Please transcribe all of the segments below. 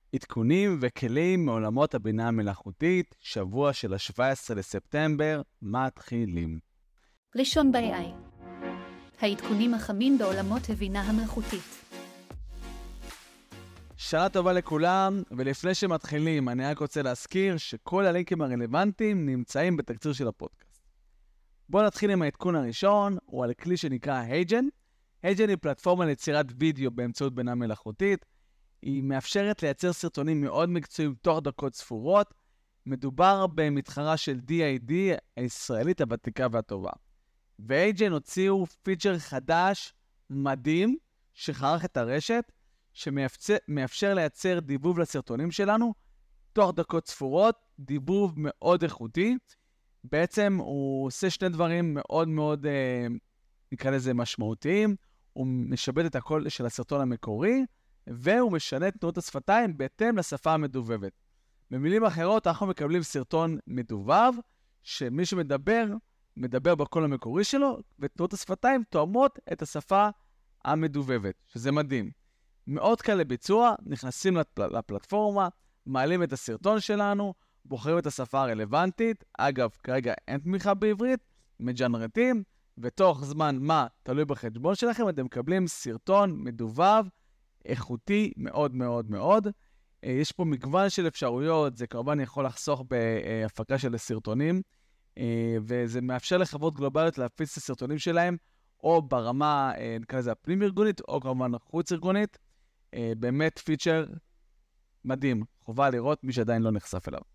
עדכונים וכלים מעולמות הבינה המלאכותית, שבוע של ה-17 לספטמבר, מתחילים. ראשון ב-AI. העדכונים החמים בעולמות הבינה המלאכותית. שנה טובה לכולם, ולפני שמתחילים, אני רק רוצה להזכיר שכל הלינקים הרלוונטיים נמצאים בתקציר של הפודקאסט. בואו נתחיל עם העדכון הראשון, הוא על כלי שנקרא Heigen. Heigen היא פלטפורמה ליצירת וידאו באמצעות בינה מלאכותית. היא מאפשרת לייצר סרטונים מאוד מקצועיים תוך דקות ספורות. מדובר במתחרה של DID הישראלית הוותיקה והטובה. ו-Heigen הוציאו פיצ'ר חדש, מדהים, שחרך את הרשת, שמאפשר לייצר דיבוב לסרטונים שלנו, תוך דקות ספורות, דיבוב מאוד איכותי. בעצם הוא עושה שני דברים מאוד מאוד, נקרא לזה משמעותיים. הוא משבט את הקול של הסרטון המקורי, והוא משנה את תנועות השפתיים בהתאם לשפה המדובבת. במילים אחרות, אנחנו מקבלים סרטון מדובב, שמי שמדבר, מדבר בקול המקורי שלו, ותנועות השפתיים תואמות את השפה המדובבת, שזה מדהים. מאוד קל לביצוע, נכנסים לפלטפורמה, מעלים את הסרטון שלנו, בוחרים את השפה הרלוונטית, אגב, כרגע אין תמיכה בעברית, מג'נרטים, ותוך זמן מה תלוי בחשבון שלכם, אתם מקבלים סרטון מדובב, איכותי מאוד מאוד מאוד. יש פה מגוון של אפשרויות, זה כמובן יכול לחסוך בהפקה של הסרטונים, וזה מאפשר לחברות גלובליות להפיץ את הסרטונים שלהם, או ברמה, נקרא לזה הפנים ארגונית, או כמובן חוץ ארגונית. באמת פיצ'ר מדהים, חובה לראות מי שעדיין לא נחשף אליו.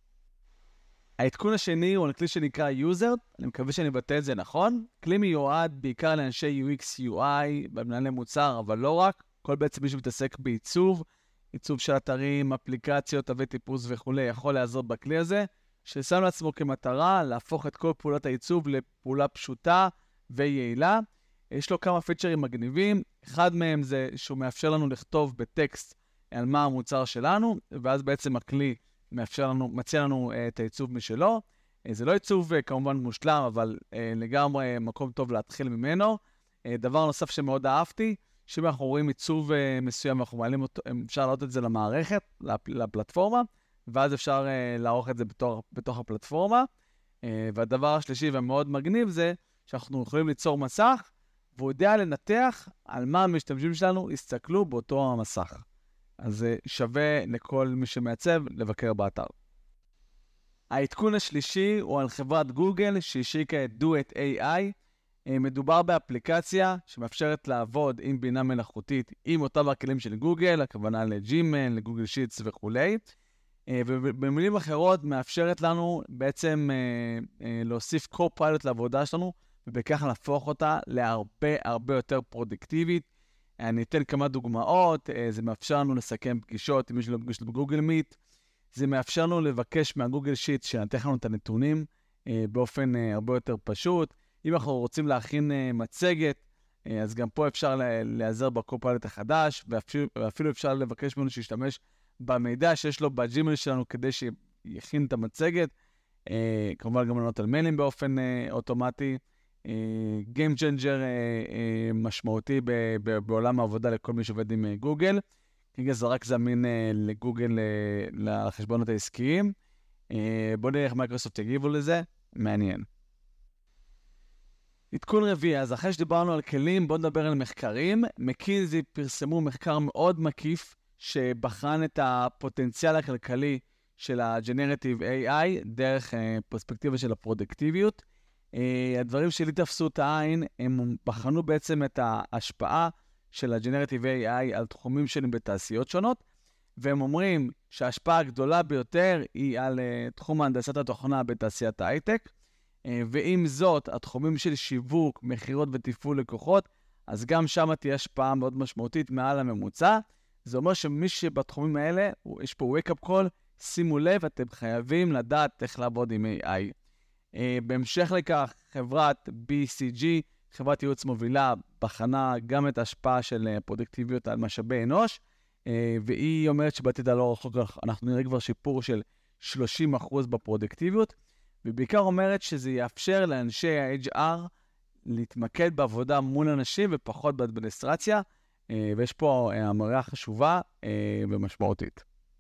העדכון השני הוא על כלי שנקרא User, אני מקווה שאני מבטא את זה נכון. כלי מיועד בעיקר לאנשי UX UI, במנהלי מוצר, אבל לא רק. כל בעצם מי שמתעסק בעיצוב, עיצוב של אתרים, אפליקציות, תווי טיפוס וכו', יכול לעזור בכלי הזה, ששם לעצמו כמטרה להפוך את כל פעולת העיצוב לפעולה פשוטה ויעילה. יש לו כמה פיצ'רים מגניבים, אחד מהם זה שהוא מאפשר לנו לכתוב בטקסט על מה המוצר שלנו, ואז בעצם הכלי מציע לנו את העיצוב משלו. זה לא עיצוב כמובן מושלם, אבל לגמרי מקום טוב להתחיל ממנו. דבר נוסף שמאוד אהבתי, שאם אנחנו רואים עיצוב מסוים, אנחנו מעלים אותו, אפשר להעלות את זה למערכת, לפלטפורמה, ואז אפשר לערוך את זה בתוך הפלטפורמה. והדבר השלישי והמאוד מגניב זה שאנחנו יכולים ליצור מסך, והוא יודע לנתח על מה המשתמשים שלנו יסתכלו באותו המסך. אז זה שווה לכל מי שמעצב לבקר באתר. העדכון השלישי הוא על חברת גוגל שהשיקה את Do It AI. מדובר באפליקציה שמאפשרת לעבוד עם בינה מלאכותית עם אותם הכלים של גוגל, הכוונה לג'ימל, לגוגל שיטס וכו'. ובמילים אחרות מאפשרת לנו בעצם להוסיף קו-פיילוט לעבודה שלנו, ובכך להפוך אותה להרבה הרבה יותר פרודקטיבית. אני אתן כמה דוגמאות. זה מאפשר לנו לסכם פגישות עם מי שלא פגישות בגוגל מיט. זה מאפשר לנו לבקש מהגוגל שיט שנתח לנו את הנתונים באופן הרבה יותר פשוט. אם אנחנו רוצים להכין מצגת, אז גם פה אפשר להיעזר בקו-פיילוט החדש, ואפילו אפשר לבקש ממנו שישתמש במידע שיש לו בג'ימל שלנו כדי שיכין את המצגת. כמובן גם לענות על מיילים באופן אוטומטי. Game Changer משמעותי בעולם העבודה לכל מי שעובד עם גוגל. כרגע זה רק זמין לגוגל לחשבונות העסקיים. בואו נראה איך מייקרוסופט יגיבו לזה, מעניין. עדכון רביעי, אז אחרי שדיברנו על כלים, בואו נדבר על מחקרים. מקינזי פרסמו מחקר מאוד מקיף שבחן את הפוטנציאל הכלכלי של ה-Generative AI דרך פרספקטיבה של הפרודקטיביות. הדברים שלי תפסו את העין, הם בחנו בעצם את ההשפעה של ה-Generative AI על תחומים שונים בתעשיות שונות, והם אומרים שההשפעה הגדולה ביותר היא על תחום הנדסת התוכנה בתעשיית ההייטק, ועם זאת, התחומים של שיווק, מחירות ותפעול לקוחות, אז גם שם תהיה השפעה מאוד משמעותית מעל הממוצע. זה אומר שמי שבתחומים האלה, יש פה wake-up call, שימו לב, אתם חייבים לדעת איך לעבוד עם AI. בהמשך לכך, חברת BCG, חברת ייעוץ מובילה, בחנה גם את ההשפעה של פרודקטיביות על משאבי אנוש, והיא אומרת שבעתיד הלא רחוק אנחנו נראה כבר שיפור של 30% בפרודקטיביות, ובעיקר אומרת שזה יאפשר לאנשי ה-HR להתמקד בעבודה מול אנשים ופחות באדמיניסטרציה, ויש פה אמירה חשובה ומשמעותית.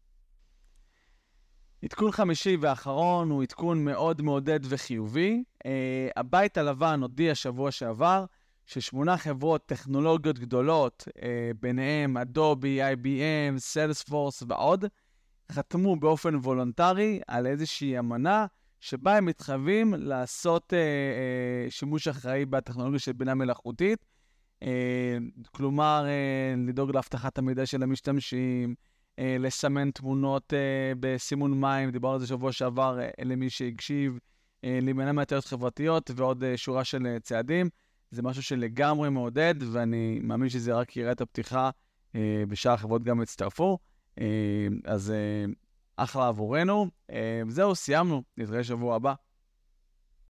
עדכון חמישי ואחרון הוא עדכון מאוד מעודד וחיובי. הבית הלבן הודיע שבוע שעבר ש8 חברות טכנולוגיות גדולות, ביניהם אדובי, IBM, סיילספורס ועוד, חתמו באופן וולונטרי על איזושהי אמנה שבה הם מתחייבים לעשות שימוש אחראי בטכנולוגיה של בינה מלאכותית, כלומר לדאוג להבטחת המידע של המשתמשים, לסמן תמונות בסימון מים, דיברנו על זה שבוע שעבר למי שהקשיב, להימנע מהטעויות חברתיות ועוד שורה של צעדים. זה משהו שלגמרי מעודד, ואני מאמין שזה רק יראה את הפתיחה, ושאר החברות גם הצטרפו. אז אחלה עבורנו. זהו, סיימנו. נתראה שבוע הבא.